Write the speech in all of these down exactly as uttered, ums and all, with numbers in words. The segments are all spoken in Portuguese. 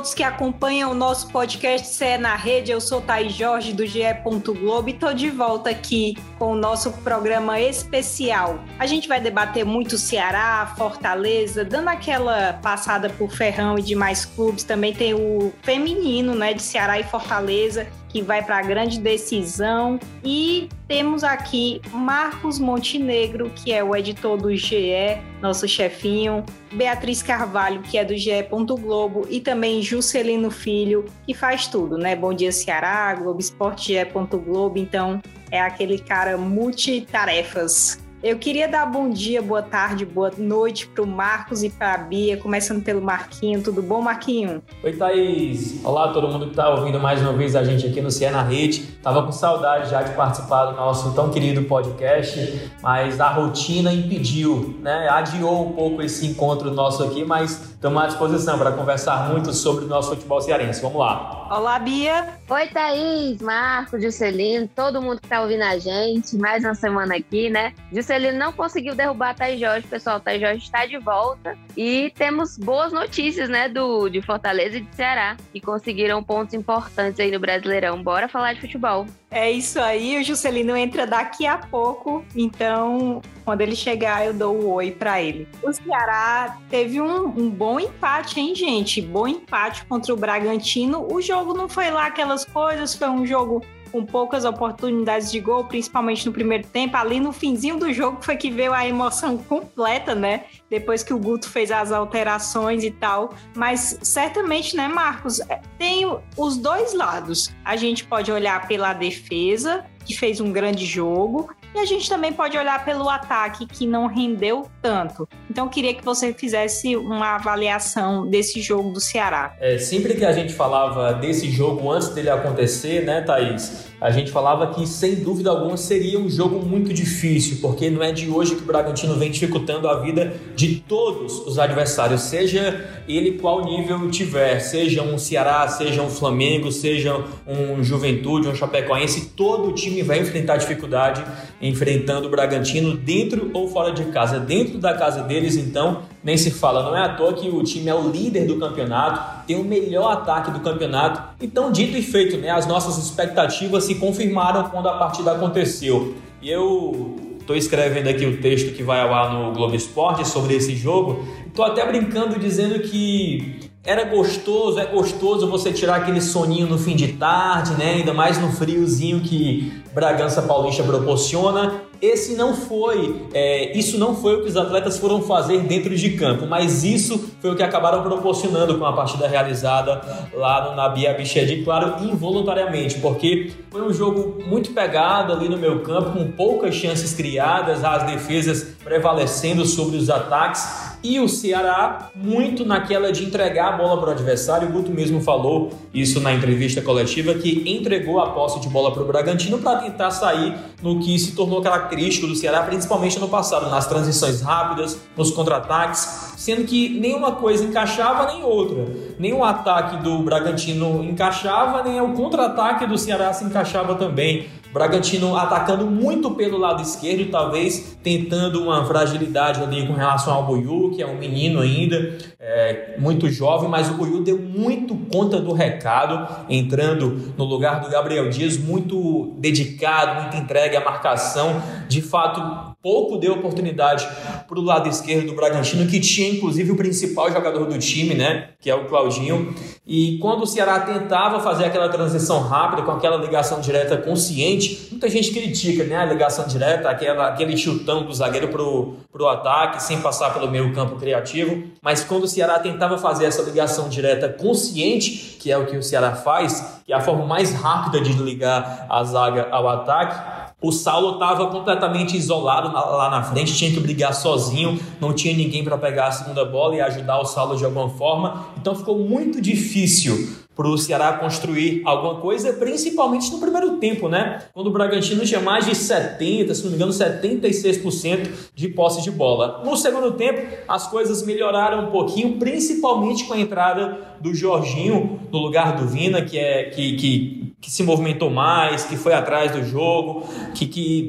todos que acompanham o nosso podcast C E na Rede. Eu sou Thaís Jorge, do G E. Globo, e estou de volta aqui com o nosso programa especial. A gente vai debater muito Ceará, Fortaleza, dando aquela passada por Ferrão e demais clubes. Também tem o feminino, né, de Ceará e Fortaleza, que vai para a grande decisão. E temos aqui Marcos Montenegro, que é o editor do G E, nosso chefinho, Beatriz Carvalho, que é do G E. Globo, e também Juscelino Filho, que faz tudo, né? Bom Dia Ceará, Globo Esporte, G E. Globo, então é aquele cara multitarefas. Eu queria dar bom dia, boa tarde, boa noite para o Marcos e para a Bia, começando pelo Marquinho. Tudo bom, Marquinho? Oi, Thaís. Olá, todo mundo que está ouvindo mais uma vez a gente aqui no C E na Rede. Tava com saudade já de participar do nosso tão querido podcast, mas a rotina impediu, né? Adiou um pouco esse encontro nosso aqui, mas estamos à disposição para conversar muito sobre o nosso futebol cearense. Vamos lá. Olá, Bia. Oi, Thaís, Marcos, Juscelino, todo mundo que está ouvindo a gente. Mais uma semana aqui, né? Juscelino não conseguiu derrubar a Thaís Jorge, pessoal. A Thaís Jorge está de volta. E temos boas notícias, né, do, de Fortaleza e de Ceará, que conseguiram pontos importantes aí no Brasileirão. Bora falar de futebol. É isso aí, o Juscelino entra daqui a pouco, então quando ele chegar eu dou o oi para ele. O Ceará teve um, um bom empate, hein, gente? Bom empate contra o Bragantino. O jogo não foi lá aquelas coisas, foi um jogo com poucas oportunidades de gol, principalmente no primeiro tempo. Ali no finzinho do jogo foi que veio a emoção completa, né? Depois que o Guto fez as alterações e tal. Mas certamente, né, Marcos, tem os dois lados. A gente pode olhar pela defesa, que fez um grande jogo, e a gente também pode olhar pelo ataque, que não rendeu tanto. Então, eu queria que você fizesse uma avaliação desse jogo do Ceará. É, sempre que a gente falava desse jogo antes dele acontecer, né, Thaís? A gente falava que, sem dúvida alguma, seria um jogo muito difícil, porque não é de hoje que o Bragantino vem dificultando a vida de todos os adversários, seja ele qual nível tiver, seja um Ceará, seja um Flamengo, seja um Juventude, um Chapecoense, todo o time vai enfrentar dificuldade enfrentando o Bragantino dentro ou fora de casa. Dentro da casa deles, então, nem se fala. Não é à toa que o time é o líder do campeonato, tem o melhor ataque do campeonato. Então, dito e feito, né, as nossas expectativas se confirmaram quando a partida aconteceu. E eu estou escrevendo aqui o texto que vai ao ar no Globo Esporte sobre esse jogo. Estou até brincando dizendo que era gostoso, é gostoso você tirar aquele soninho no fim de tarde, né? Ainda mais no friozinho que Bragança Paulista proporciona. Esse não foi, é, isso não foi o que os atletas foram fazer dentro de campo, mas isso foi o que acabaram proporcionando com a partida realizada lá no Nabi Abichedi, claro, involuntariamente, porque foi um jogo muito pegado ali no meio campo, com poucas chances criadas, as defesas prevalecendo sobre os ataques, e o Ceará muito naquela de entregar a bola para o adversário. O Guto mesmo falou isso na entrevista coletiva, que entregou a posse de bola para o Bragantino para tentar sair no que se tornou característico do Ceará, principalmente no passado, nas transições rápidas, nos contra-ataques, sendo que nenhuma coisa encaixava nem outra. Nem o ataque do Bragantino encaixava, nem o contra-ataque do Ceará se encaixava também. Bragantino atacando muito pelo lado esquerdo, talvez tentando uma fragilidade ali com relação ao Buiú, que é um menino ainda, é, muito jovem, mas o Buiú deu muito conta do recado, entrando no lugar do Gabriel Dias, muito dedicado, muito entregue à marcação. De fato, pouco deu oportunidade para o lado esquerdo do Bragantino, que tinha inclusive o principal jogador do time, né, que é o Claudinho. E quando o Ceará tentava fazer aquela transição rápida, com aquela ligação direta consciente, muita gente critica, né, a ligação direta, aquela, aquele chutão do zagueiro pro, pro ataque, sem passar pelo meio campo criativo. Mas quando o Ceará tentava fazer essa ligação direta consciente, que é o que o Ceará faz, que é a forma mais rápida de ligar a zaga ao ataque, o Saulo estava completamente isolado lá na frente, tinha que brigar sozinho, não tinha ninguém para pegar a segunda bola e ajudar o Saulo de alguma forma. Então ficou muito difícil para o Ceará construir alguma coisa, principalmente no primeiro tempo, né? Quando o Bragantino tinha mais de setenta, se não me engano, setenta e seis por cento de posse de bola. No segundo tempo, as coisas melhoraram um pouquinho, principalmente com a entrada do Jorginho no lugar do Vina, que, é, que, que, que se movimentou mais, que foi atrás do jogo, que... que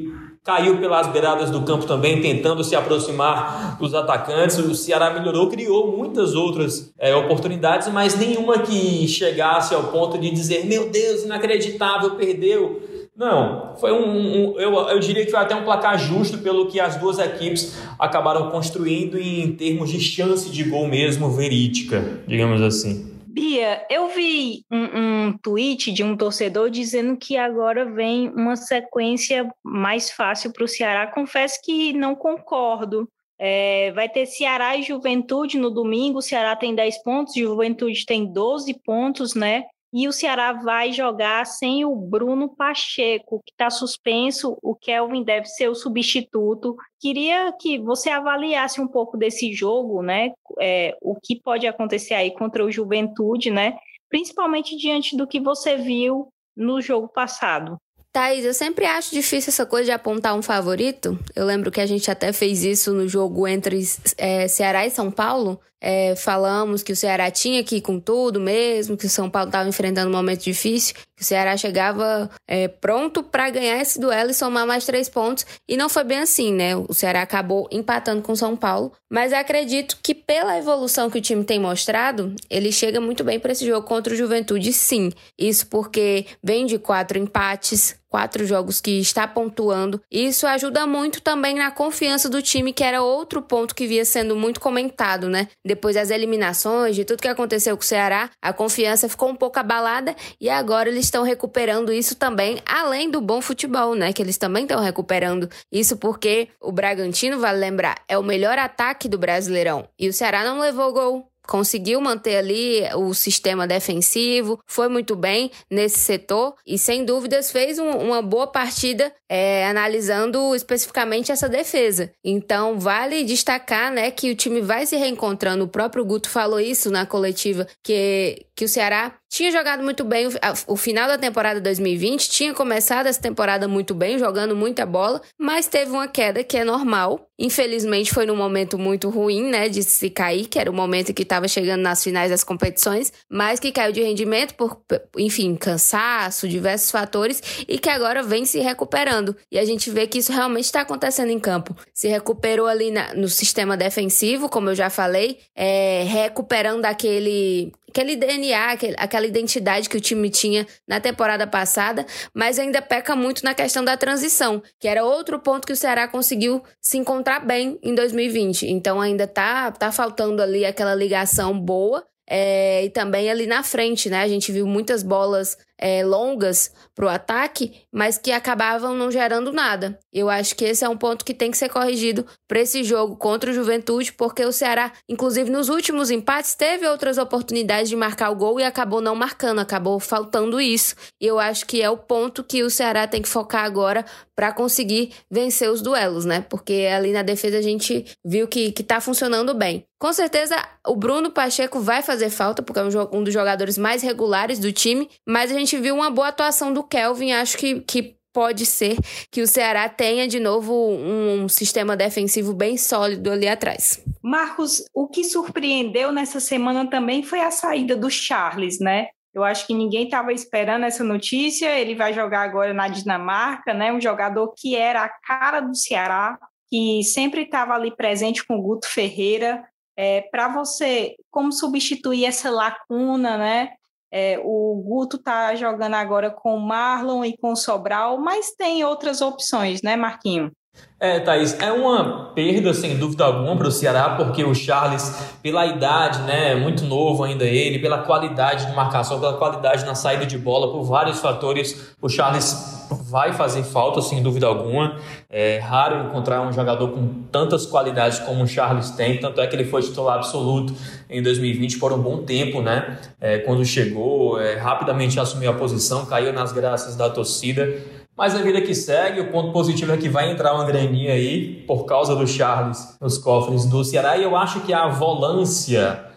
caiu pelas beiradas do campo também, tentando se aproximar dos atacantes. O Ceará melhorou, criou muitas outras é, oportunidades, mas nenhuma que chegasse ao ponto de dizer, meu Deus, inacreditável, perdeu. Não, foi um, um eu, eu diria que foi até um placar justo pelo que as duas equipes acabaram construindo em termos de chance de gol mesmo, verídica, digamos assim. Bia, eu vi um, um tweet de um torcedor dizendo que agora vem uma sequência mais fácil para o Ceará. Confesso que não concordo. É, vai ter Ceará e Juventude no domingo. O Ceará tem dez pontos, Juventude tem doze pontos, né? E o Ceará vai jogar sem o Bruno Pacheco, que está suspenso. O Kelvin deve ser o substituto. Queria que você avaliasse um pouco desse jogo, né? É, o que pode acontecer aí contra o Juventude, né? Principalmente diante do que você viu no jogo passado. Thaís, eu sempre acho difícil essa coisa de apontar um favorito. Eu lembro que a gente até fez isso no jogo entre é, Ceará e São Paulo. É, falamos que o Ceará tinha que ir com tudo mesmo, que o São Paulo estava enfrentando um momento difícil, que o Ceará chegava é, pronto para ganhar esse duelo e somar mais três pontos. E não foi bem assim, né? O Ceará acabou empatando com o São Paulo. Mas eu acredito que pela evolução que o time tem mostrado, ele chega muito bem para esse jogo contra o Juventude, sim. Isso porque vem de quatro empates, quatro jogos que está pontuando. Isso ajuda muito também na confiança do time, que era outro ponto que via sendo muito comentado, né? Depois das eliminações, de tudo que aconteceu com o Ceará, a confiança ficou um pouco abalada e agora eles estão recuperando isso também, além do bom futebol, né? Que eles também estão recuperando isso porque o Bragantino, vale lembrar, é o melhor ataque do Brasileirão e o Ceará não levou gol. Conseguiu manter ali o sistema defensivo, foi muito bem nesse setor e, sem dúvidas, fez um, uma boa partida é, analisando especificamente essa defesa. Então, vale destacar, né, que o time vai se reencontrando. O próprio Guto falou isso na coletiva, que, que o Ceará tinha jogado muito bem o, o final da temporada dois mil e vinte, tinha começado essa temporada muito bem, jogando muita bola, mas teve uma queda que é normal. Infelizmente foi num momento muito ruim, né, de se cair, que era o momento que estava chegando nas finais das competições, mas que caiu de rendimento por, enfim, cansaço, diversos fatores, e que agora vem se recuperando. E a gente vê que isso realmente está acontecendo em campo. Se recuperou ali na, no sistema defensivo, como eu já falei, é, recuperando aquele... aquele D N A, aquele, aquela identidade que o time tinha na temporada passada, mas ainda peca muito na questão da transição, que era outro ponto que o Ceará conseguiu se encontrar bem em dois mil e vinte. Então ainda tá, tá faltando ali aquela ligação boa, é, e também ali na frente, né? A gente viu muitas bolas é, longas pro ataque, mas que acabavam não gerando nada. Eu acho que esse é um ponto que tem que ser corrigido para esse jogo contra o Juventude, porque o Ceará, inclusive nos últimos empates, teve outras oportunidades de marcar o gol e acabou não marcando, acabou faltando isso. E eu acho que é o ponto que o Ceará tem que focar agora para conseguir vencer os duelos, né? Porque ali na defesa a gente viu que, que tá funcionando bem. Com certeza o Bruno Pacheco vai fazer falta, porque é um, um dos jogadores mais regulares do time, mas a gente viu uma boa atuação do Kelvin. Acho que, que pode ser que o Ceará tenha de novo um, um sistema defensivo bem sólido ali atrás. Marcos, o que surpreendeu nessa semana também foi a saída do Charles, né? Eu acho que ninguém estava esperando essa notícia. Ele vai jogar agora na Dinamarca, né? Um jogador que era a cara do Ceará, que sempre estava ali presente com o Guto Ferreira. É, para você, como substituir essa lacuna, né? É, o Guto está jogando agora com o Marlon e com o Sobral, mas tem outras opções, né, Marquinho? É, Thaís, é uma perda, sem dúvida alguma, para o Ceará, porque o Charles, pela idade, né, muito novo ainda ele, pela qualidade de marcação, pela qualidade na saída de bola, por vários fatores, o Charles vai fazer falta, sem dúvida alguma. É raro encontrar um jogador com tantas qualidades como o Charles tem, tanto é que ele foi titular absoluto em dois mil e vinte por um bom tempo, né? É, quando chegou, é, rapidamente assumiu a posição, caiu nas graças da torcida. Mas a vida que segue, o ponto positivo é que vai entrar uma graninha aí, por causa do Charles, nos cofres do Ceará. E eu acho que a volância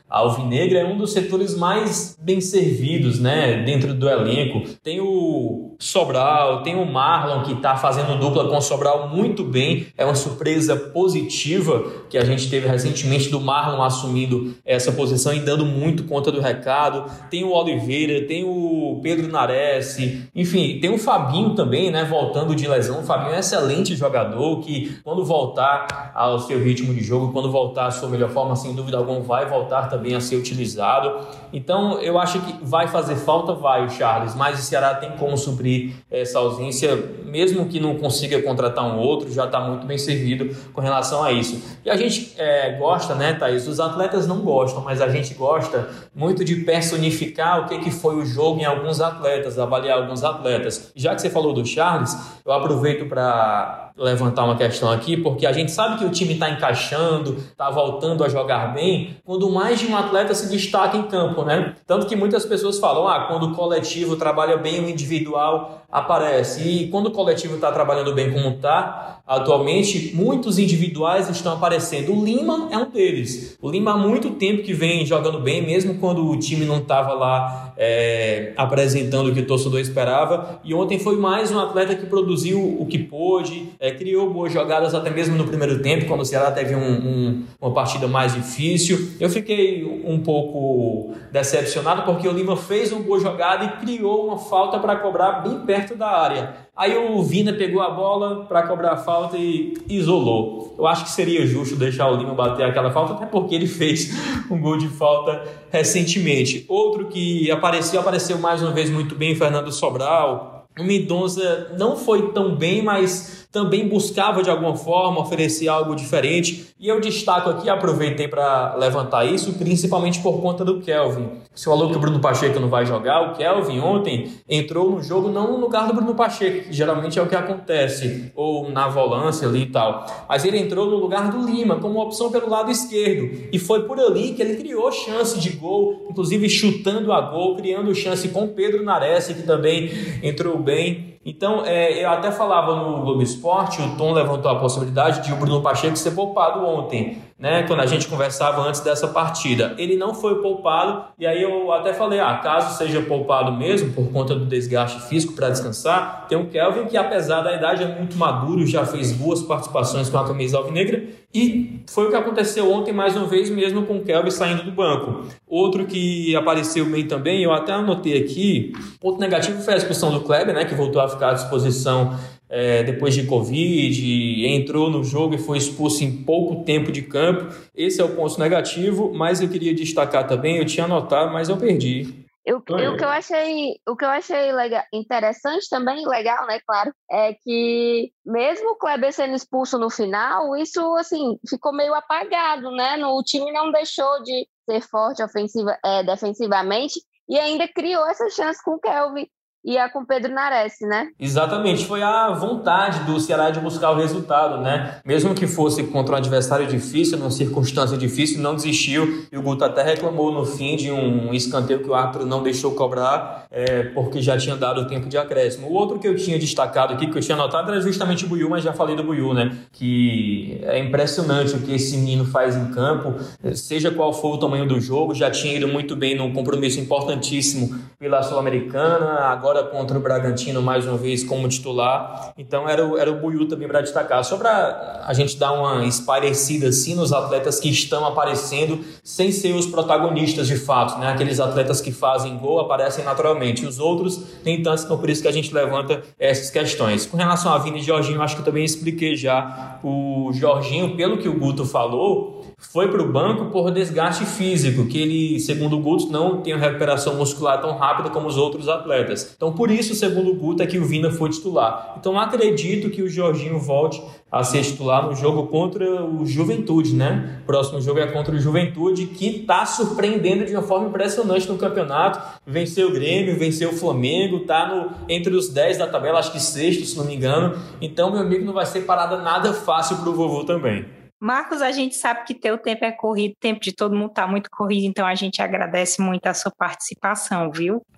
A alvinegra é um dos setores mais bem servidos, né, dentro do elenco. Tem o Sobral, tem o Marlon, que está fazendo dupla com o Sobral muito bem. É uma surpresa positiva que a gente teve recentemente do Marlon assumindo essa posição e dando muito conta do recado. Tem o Oliveira, tem o Pedro Nares, enfim, tem o Fabinho também, né, voltando de lesão. O Fabinho é um excelente jogador que, quando voltar ao seu ritmo de jogo, quando voltar à sua melhor forma, sem dúvida alguma, vai voltar também a ser utilizado. Então eu acho que vai fazer falta, vai o Charles, mas o Ceará tem como suprir essa ausência, mesmo que não consiga contratar um outro, já está muito bem servido com relação a isso. E a gente é, gosta, né, Thaís? Os atletas não gostam, mas a gente gosta muito de personificar o que, que foi o jogo em alguns atletas, avaliar alguns atletas. Já que você falou do Charles, eu aproveito para levantar uma questão aqui, porque a gente sabe que o time está encaixando, está voltando a jogar bem, quando mais de um atleta se destaca em campo, né? Tanto que muitas pessoas falam, ah, quando o coletivo trabalha bem, o individual aparece. E quando o coletivo está trabalhando bem como está, atualmente, muitos individuais estão aparecendo. O Lima é um deles. O Lima há muito tempo que vem jogando bem, mesmo quando o time não estava lá é, apresentando o que o torcedor esperava. E ontem foi mais um atleta que produziu o que pôde, é, criou boas jogadas até mesmo no primeiro tempo, quando o Ceará teve um, um, uma partida mais difícil. Eu fiquei um pouco decepcionado porque o Lima fez uma boa jogada e criou uma falta para cobrar bem perto da área. Aí o Vina pegou a bola para cobrar a falta e isolou. Eu acho que seria justo deixar o Lima bater aquela falta, até porque ele fez um gol de falta recentemente. Outro que apareceu, apareceu mais uma vez muito bem, Fernando Sobral. O Mendonça não foi tão bem, mas também buscava de alguma forma oferecer algo diferente. E eu destaco aqui, aproveitei para levantar isso, principalmente por conta do Kelvin. Você falou que o Bruno Pacheco não vai jogar. O Kelvin ontem entrou no jogo não no lugar do Bruno Pacheco, que geralmente é o que acontece, ou na volância ali e tal. Mas ele entrou no lugar do Lima, como opção pelo lado esquerdo. E foi por ali que ele criou chance de gol, inclusive chutando a gol, criando chance com o Pedro Nares, que também entrou bem. Então, é, eu até falava no Globo Esporte, o Tom levantou a possibilidade de o Bruno Pacheco ser poupado ontem, né, quando a gente conversava antes dessa partida. Ele não foi poupado, e aí eu até falei, ah, caso seja poupado mesmo, por conta do desgaste físico para descansar, tem o Kelvin, que apesar da idade é muito maduro, já fez boas participações com a camisa alvinegra, e foi o que aconteceu ontem mais uma vez mesmo com o Kelvin saindo do banco. Outro que apareceu bem também, eu até anotei aqui, ponto negativo foi a expulsão do Kleber, né, que voltou a ficar à disposição É, depois de Covid, entrou no jogo e foi expulso em pouco tempo de campo. Esse é o ponto negativo, mas eu queria destacar também, eu tinha anotado, mas eu perdi. Eu, eu, o que eu achei, o que eu achei legal, interessante também, legal, né, claro, é que mesmo o Kleber sendo expulso no final, isso, assim, ficou meio apagado, né, no, o time não deixou de ser forte ofensiva, é, defensivamente e ainda criou essa chance com o Kelvin e a com Pedro Nares, né? Exatamente, foi a vontade do Ceará de buscar o resultado, né? Mesmo que fosse contra um adversário difícil, numa circunstância difícil, não desistiu. E o Guto até reclamou no fim de um escanteio que o árbitro não deixou cobrar, é, porque já tinha dado o tempo de acréscimo. O outro que eu tinha destacado aqui, que eu tinha anotado, era justamente o Buiú, mas já falei do Buiú, né? Que é impressionante o que esse menino faz em campo, seja qual for o tamanho do jogo, já tinha ido muito bem num compromisso importantíssimo pela Sul-Americana, agora contra o Bragantino mais uma vez como titular. Então era o, era o Buiú também para destacar, só para a gente dar uma esparecida assim nos atletas que estão aparecendo sem ser os protagonistas de fato, né? Aqueles atletas que fazem gol aparecem naturalmente, os outros nem tanto, então por isso que a gente levanta essas questões. Com relação a Vini e Jorginho, acho que eu também expliquei já. O Jorginho, pelo que o Guto falou, foi para o banco por desgaste físico, que ele, segundo o Guto, não tem uma recuperação muscular tão rápida como os outros atletas. Então, por isso, segundo o Guto, é que o Vina foi titular. Então, acredito que o Jorginho volte a ser titular no jogo contra o Juventude, né? O próximo jogo é contra o Juventude, que está surpreendendo de uma forma impressionante no campeonato. Venceu o Grêmio, venceu o Flamengo, está no, entre os dez da tabela, acho que sexto, se não me engano. Então, meu amigo, não vai ser parada nada fácil para o vovô também. Marcos, a gente sabe que teu tempo é corrido, o tempo de todo mundo está muito corrido, então a gente agradece muito a sua participação, viu?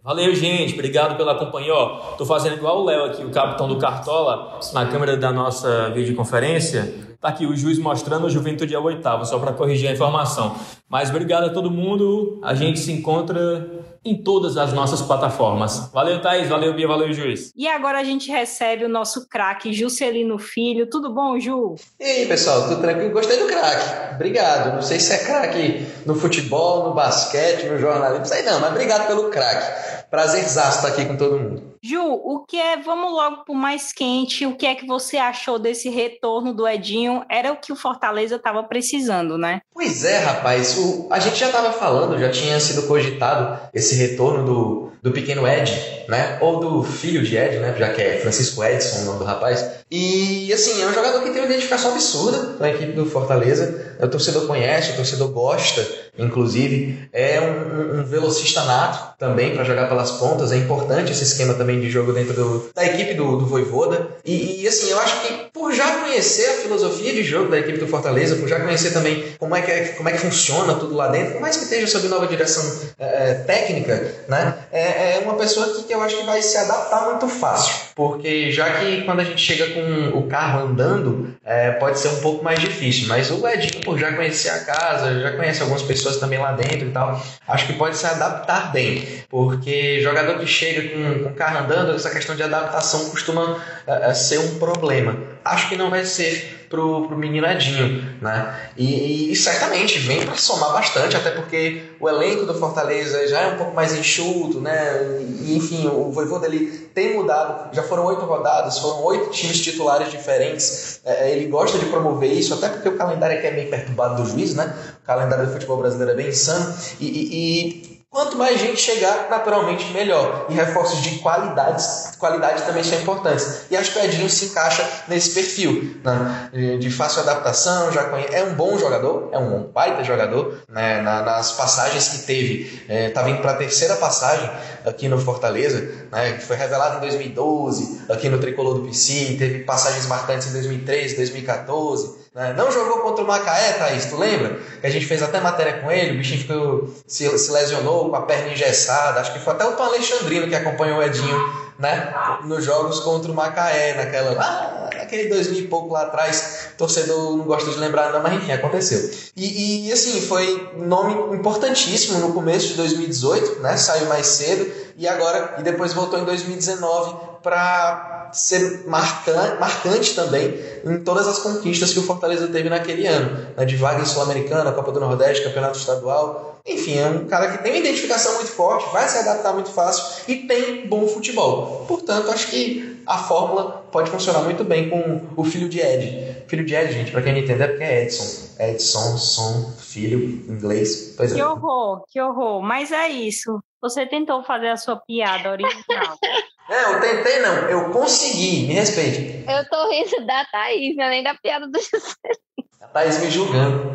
Valeu, gente. Obrigado pela companhia. Ó, tô fazendo igual o Léo aqui, o capitão do Cartola, na câmera da nossa videoconferência. Tá aqui o juiz mostrando o Juventude é o oitavo, só para corrigir a informação. Mas obrigado a todo mundo. A gente se encontra em todas as nossas plataformas. Valeu, Thaís. Valeu, Bia. Valeu, juiz. E agora a gente recebe o nosso craque, Juscelino Filho. Tudo bom, Ju? E aí, pessoal, tudo tranquilo? Gostei do craque. Obrigado. Não sei se é craque no futebol, no basquete, no jornalismo, não sei não, mas obrigado pelo craque. Prazerzaço estar aqui com todo mundo. Ju, o que é, vamos logo pro mais quente, o que é que você achou desse retorno do Edinho? Era o que o Fortaleza estava precisando, né? Pois é, rapaz, o, a gente já estava falando, já tinha sido cogitado esse retorno do, do pequeno Ed, né? Ou do filho de Ed, né? Já que é Francisco Edson o nome do rapaz. E, assim, é um jogador que tem uma identificação absurda na equipe do Fortaleza. O torcedor conhece, o torcedor gosta, inclusive. É um, um velocista nato também para jogar pelas pontas. É importante esse esquema também de jogo dentro do, da equipe do, do Vojvoda. E, e, assim, eu acho que por já conhecer a filosofia de jogo da equipe do Fortaleza, por já conhecer também como é que, é, como é que funciona tudo lá dentro, por mais que esteja sob nova direção é, técnica, né? É, é uma pessoa que, que eu acho que vai se adaptar muito fácil. Porque já que quando a gente chega com o carro andando, é, pode ser um pouco mais difícil. Mas o Edinho, por já conhecer a casa, já conhece algumas pessoas também lá dentro e tal, acho que pode se adaptar bem. Porque jogador que chega com, com o carro andando, essa questão de adaptação costuma é, ser um problema. Acho que não vai ser pro, pro menino Edinho, né? E, e certamente vem para somar bastante, até porque o elenco do Fortaleza já é um pouco mais enxuto, né? E, enfim, o Vojvoda ele tem mudado, já foram oito rodadas, foram oito times titulares diferentes. É, ele gosta de promover isso, até porque o calendário aqui é meio perturbado do juiz, né? O calendário do futebol brasileiro é bem insano. E, e, e quanto mais gente chegar, naturalmente melhor. E reforços de qualidades, qualidade também são importantes. E acho que o Edinho se encaixa nesse perfil, né? De fácil adaptação, já conhece, é um bom jogador, é um baita jogador, né? Na, nas passagens que teve, estava é, indo para a terceira passagem aqui no Fortaleza, né? Que foi revelado em dois mil e doze, aqui no Tricolor do P C, teve passagens marcantes em dois mil e treze, dois mil e quatorze. Não jogou contra o Macaé, Thaís, tu lembra? Que a gente fez até matéria com ele, o bichinho ficou, se, se lesionou com a perna engessada. Acho que foi até o Tom Alexandrino que acompanhou o Edinho, né? Nos jogos contra o Macaé, naquela, lá, naquele dois mil e pouco lá atrás. O torcedor não gosta de lembrar, não, mas enfim, aconteceu. E, e assim, foi um nome importantíssimo no começo de dois mil e dezoito, né? Saiu mais cedo e agora, e depois voltou em dois mil e dezenove para ser marcante, marcante também em todas as conquistas que o Fortaleza teve naquele ano, né, de vaga em Sul-Americana, Copa do Nordeste, Campeonato Estadual. Enfim, é um cara que tem uma identificação muito forte, vai se adaptar muito fácil e tem bom futebol. Portanto, acho que a fórmula pode funcionar muito bem com o filho de Ed. Filho de Ed, gente, para quem não entender, é porque é Edson. Edson, som, filho, inglês. Pois é. Que horror, que horror. Mas é isso. Você tentou fazer a sua piada original. Não, eu tentei não, eu consegui, me respeite. Eu tô rindo da Thaís, não é nem da piada do José. A Thaís me julgando.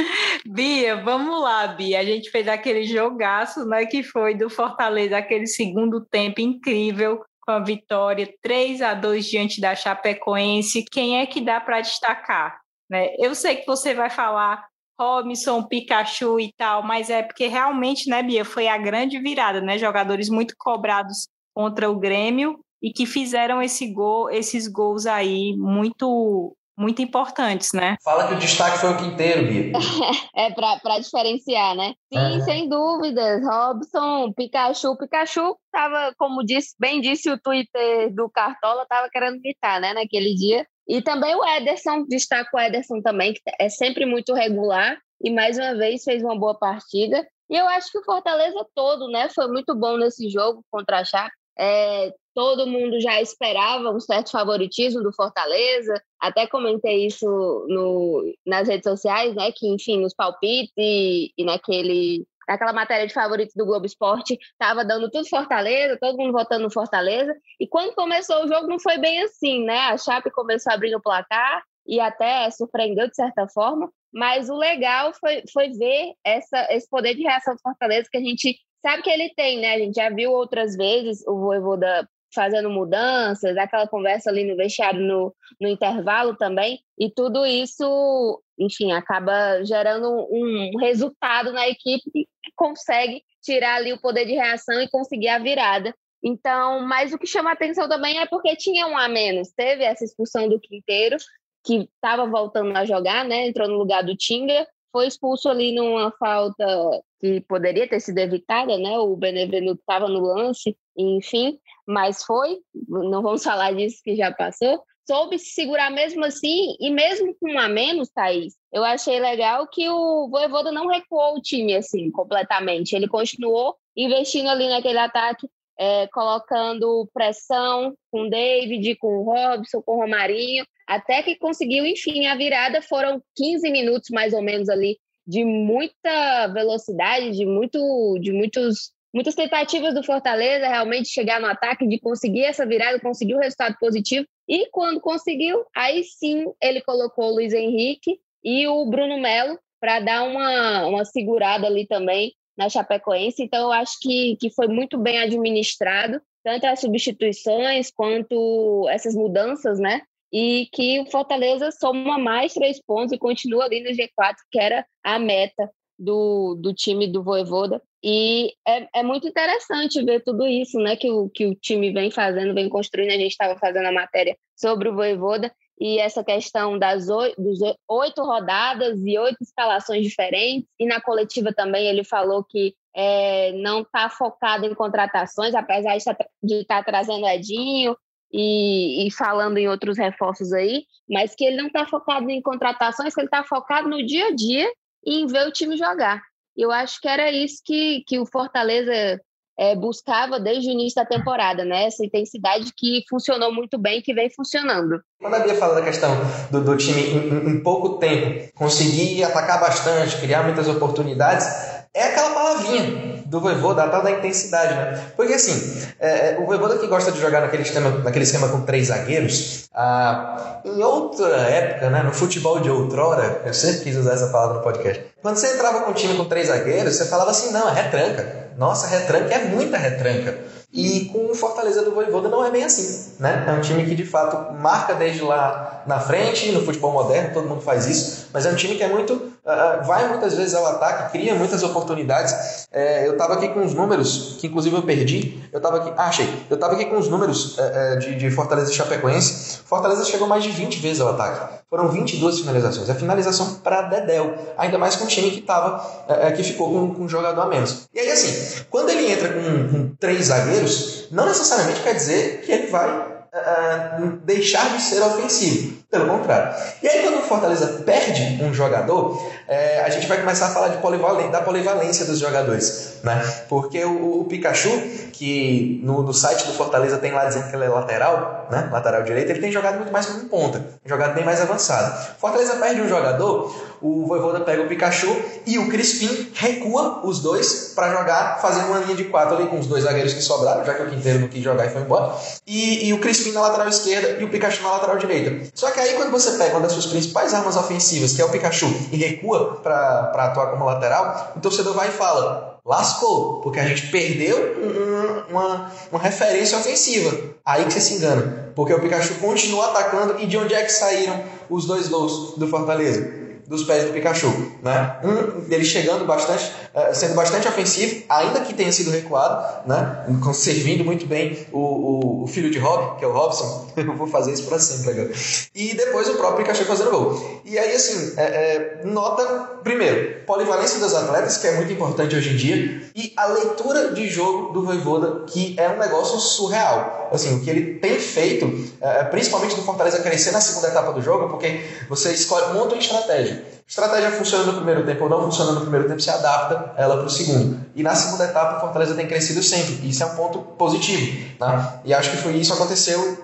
Bia, vamos lá, Bia. A gente fez aquele jogaço, né, que foi do Fortaleza, aquele segundo tempo incrível, com a vitória três a dois diante da Chapecoense. Quem é que dá para destacar? Né? Eu sei que você vai falar Robinson, Pikachu e tal, mas é porque realmente, né, Bia, foi a grande virada, né? Jogadores muito cobrados contra o Grêmio e que fizeram esse gol, esses gols aí muito, muito importantes, né? Fala que o destaque foi o Quinteiro, Bia. É para diferenciar, né? Sim, é. Sem dúvidas. Robson, Pikachu. Pikachu estava, como disse, bem disse o Twitter do Cartola, estava querendo gritar, né, naquele dia. E também o Ederson, destaco o Ederson também, que é sempre muito regular e mais uma vez fez uma boa partida. E eu acho que o Fortaleza todo, né, foi muito bom nesse jogo contra a Chape. É, todo mundo já esperava um certo favoritismo do Fortaleza, até comentei isso no, nas redes sociais, né, que enfim, nos palpites e, e naquele, naquela matéria de favoritos do Globo Esporte, estava dando tudo Fortaleza, todo mundo votando no Fortaleza, e quando começou o jogo não foi bem assim, né, a Chape começou abrindo o placar e até surpreendeu de certa forma, mas o legal foi, foi ver essa, esse poder de reação do Fortaleza que a gente sabe que ele tem, né? A gente já viu outras vezes o Vojvoda fazendo mudanças, aquela conversa ali no vestiário no, no intervalo também, e tudo isso enfim, acaba gerando um resultado na equipe que consegue tirar ali o poder de reação e conseguir a virada. Então, mas o que chama a atenção também é porque tinha um a menos. Teve essa expulsão do Quinteiro, que estava voltando a jogar, né? Entrou no lugar do Tinga, foi expulso ali numa falta que poderia ter sido evitada, né? O Benevenuto estava no lance, enfim, mas foi, não vamos falar disso que já passou. Soube se segurar mesmo assim, e mesmo com um a menos, Thaís, eu achei legal que o Vojvoda não recuou o time assim completamente. Ele continuou investindo ali naquele ataque, é, colocando pressão com o David, com o Robson, com o Romarinho, até que conseguiu, enfim, a virada. Foram quinze minutos mais ou menos ali de muita velocidade, de, muito, de muitos, muitas tentativas do Fortaleza realmente chegar no ataque, de conseguir essa virada, conseguir o resultado positivo. E quando conseguiu, aí sim ele colocou o Luiz Henrique e o Bruno Melo para dar uma, uma segurada ali também na Chapecoense. Então eu acho que, que foi muito bem administrado, tanto as substituições quanto essas mudanças, né? E que o Fortaleza soma mais três pontos e continua ali no G quatro, que era a meta do, do time do Vojvoda. E é, é muito interessante ver tudo isso, né, que o, que o time vem fazendo, vem construindo. A gente estava fazendo a matéria sobre o Vojvoda e essa questão das oito, dos oito rodadas e oito escalações diferentes. E na coletiva também ele falou que é, não está focado em contratações, apesar de estar tá trazendo Edinho e, e falando em outros reforços aí, mas que ele não está focado em contratações, que ele está focado no dia a dia e em ver o time jogar. Eu acho que era isso que, que o Fortaleza é, buscava desde o início da temporada, né? Essa intensidade que funcionou muito bem, que vem funcionando. Quando a Bia fala da questão do, do time em, em pouco tempo conseguir atacar bastante, criar muitas oportunidades, é aquela palavrinha do Vojvoda, a tal da intensidade, né? Porque assim, é, o Vojvoda que gosta de jogar naquele esquema, naquele esquema com três zagueiros, ah, em outra época, né, no futebol de outrora, eu sempre quis usar essa palavra no podcast, quando você entrava com um time com três zagueiros, você falava assim, não, é retranca. Nossa, retranca é muita retranca. E com o Fortaleza do Vojvoda não é bem assim, né? É um time que de fato marca desde lá na frente, no futebol moderno, todo mundo faz isso, mas é um time que é muito, uh, vai muitas vezes ao ataque, cria muitas oportunidades. É, eu estava aqui com os números, que inclusive eu perdi, eu estava aqui, ah, achei, eu estava aqui com os números uh, de, de Fortaleza e Chapecoense. Fortaleza chegou mais de vinte vezes ao ataque, foram vinte e duas finalizações, a finalização para Dedéu, ainda mais com um time que, tava, uh, que ficou com, com um jogador a menos. E aí assim, quando ele entra com, com três zagueiros, não necessariamente quer dizer que ele vai uh, deixar de ser ofensivo. Pelo contrário. E aí, quando o Fortaleza perde um jogador, é, a gente vai começar a falar de polivalência, da polivalência dos jogadores, né? Porque o, o Pikachu, que no, no site do Fortaleza tem lá dizendo que ele é lateral, né? Lateral direito, ele tem jogado muito mais como um ponta, tem jogado bem mais avançado. Fortaleza perde um jogador, o Vojvoda pega o Pikachu e o Crispim recua os dois para jogar, fazendo uma linha de quatro ali com os dois zagueiros que sobraram, já que o Quinteiro não quis jogar e foi embora, e, e o Crispim na lateral esquerda e o Pikachu na lateral direita. Só que aí quando você pega uma das suas principais armas ofensivas, que é o Pikachu, e recua para atuar como lateral, o torcedor vai e fala, lascou, porque a gente perdeu uma, uma, uma referência ofensiva. Aí que você se engana, porque o Pikachu continua atacando. E de onde é que saíram os dois gols do Fortaleza? Dos pés do Pikachu, né? Um, ele chegando bastante, uh, sendo bastante ofensivo, ainda que tenha sido recuado, né? Servindo muito bem o, o, o filho de Rob, que é o Robson. Eu vou fazer isso pra sempre agora. E depois o próprio Pikachu fazendo gol. E aí, assim, é, é, nota, primeiro, polivalência dos atletas, que é muito importante hoje em dia, e a leitura de jogo do Vojvoda, que é um negócio surreal. Assim, o que ele tem feito, é, principalmente do Fortaleza crescer na segunda etapa do jogo, porque você escolhe, monta uma estratégia. Estratégia funciona no primeiro tempo ou não funciona no primeiro tempo, se adapta ela para o segundo. E na segunda etapa, o Fortaleza tem crescido sempre. Isso é um ponto positivo, né? E acho que foi isso que aconteceu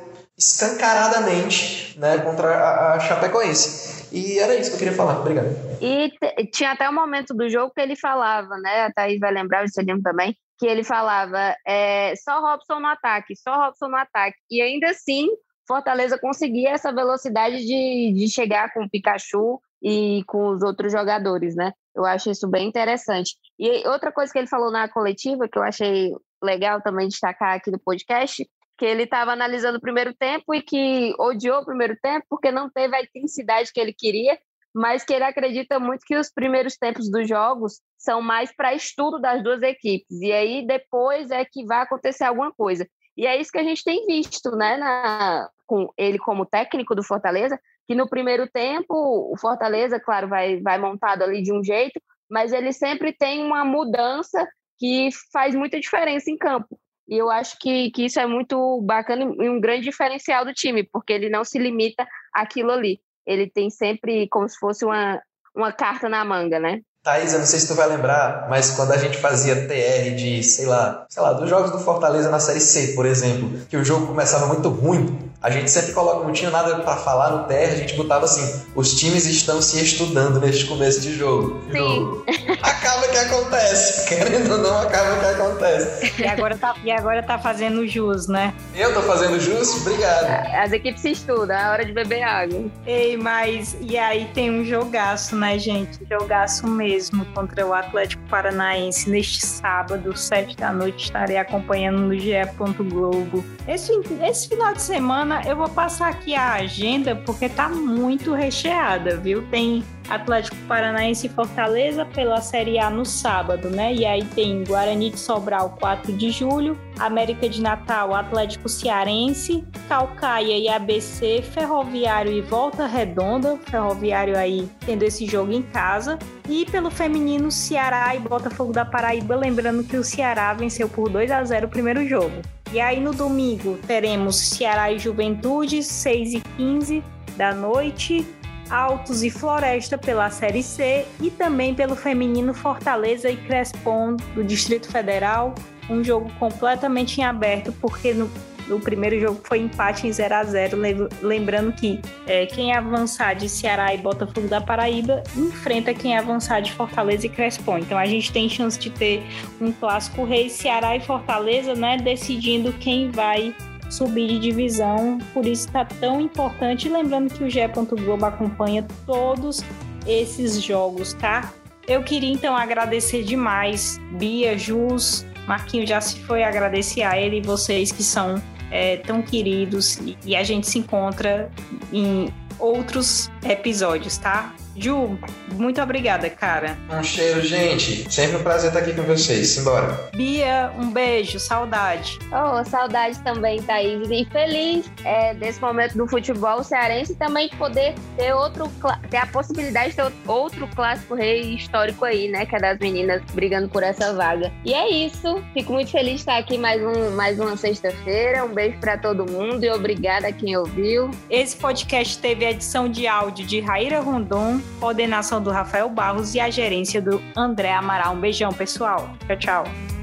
escancaradamente, né, contra a, a Chapecoense. E era isso que eu queria falar. Obrigado. E t- tinha até um momento do jogo que ele falava, né? A Thaís vai lembrar, o Celino também, que ele falava é, só Robson no ataque, só Robson no ataque. E ainda assim, Fortaleza conseguia essa velocidade de, de chegar com o Pikachu e com os outros jogadores, né? Eu acho isso bem interessante. E outra coisa que ele falou na coletiva, que eu achei legal também destacar aqui no podcast, que ele estava analisando o primeiro tempo e que odiou o primeiro tempo porque não teve a intensidade que ele queria, mas que ele acredita muito que os primeiros tempos dos jogos são mais para estudo das duas equipes, e aí depois é que vai acontecer alguma coisa. E é isso que a gente tem visto, né, na, com ele como técnico do Fortaleza, que no primeiro tempo o Fortaleza, claro, vai, vai montado ali de um jeito, mas ele sempre tem uma mudança que faz muita diferença em campo. E eu acho que, que isso é muito bacana e um grande diferencial do time, porque ele não se limita àquilo ali. Ele tem sempre como se fosse uma, uma carta na manga, né? Thaís, eu não sei se tu vai lembrar, mas quando a gente fazia T R de, sei lá, sei lá, dos jogos do Fortaleza na Série C, por exemplo, que o jogo começava muito ruim, a gente sempre coloca, não tinha nada para falar no T R, a gente botava assim, os times estão se estudando neste começo de jogo. Sim. Jogo. Acaba que acontece, querendo ou não, acaba que acontece. E agora tá, e agora tá fazendo jus, né? Eu tô fazendo jus? Obrigado. As equipes se estudam, é hora de beber água. Ei, mas e aí tem um jogaço, né, gente? Jogaço mesmo contra o Atlético Paranaense neste sábado, sete da noite, estarei acompanhando no G E. Globo. Esse, esse final de semana eu vou passar aqui a agenda porque tá muito recheada, viu? Tem Atlético Paranaense e Fortaleza pela Série A no sábado, né? E aí tem Guarani de Sobral, quatro de julho, América de Natal, Atlético Cearense, Caucaia e A B C, Ferroviário e Volta Redonda, Ferroviário aí tendo esse jogo em casa, e pelo feminino, Ceará e Botafogo da Paraíba, lembrando que o Ceará venceu por dois a zero o primeiro jogo. E aí no domingo teremos Ceará e Juventude, seis e quinze da noite, Altos e Floresta pela Série C, e também pelo feminino Fortaleza e Crespon do Distrito Federal, um jogo completamente em aberto, porque no, no primeiro jogo foi empate em zero a zero, lembrando que é, quem avançar de Ceará e Botafogo da Paraíba enfrenta quem avançar de Fortaleza e Crespon. Então a gente tem chance de ter um clássico rei, Ceará e Fortaleza, né, decidindo quem vai subir de divisão, por isso está tão importante. Lembrando que o G E. Globo acompanha todos esses jogos, tá? Eu queria então agradecer demais Bia, Jus, Marquinho já se foi, agradecer a ele e vocês que são é, tão queridos, e, e a gente se encontra em outros episódios, tá? Ju, muito obrigada, cara. Um cheiro, gente. Sempre um prazer estar aqui com vocês. Simbora. Bia, um beijo, saudade. Oh, saudade também, Thaís. E feliz é, desse momento do futebol cearense, e também poder ter outro, ter a possibilidade de ter outro clássico rei histórico aí, né? Que é das meninas brigando por essa vaga. E é isso. Fico muito feliz de estar aqui mais, um, mais uma sexta-feira. Um beijo para todo mundo e obrigada a quem ouviu. Esse podcast teve a edição de áudio de Raíra Rondon, coordenação do Rafael Barros e a gerência do André Amaral. Um beijão, pessoal. Tchau, tchau.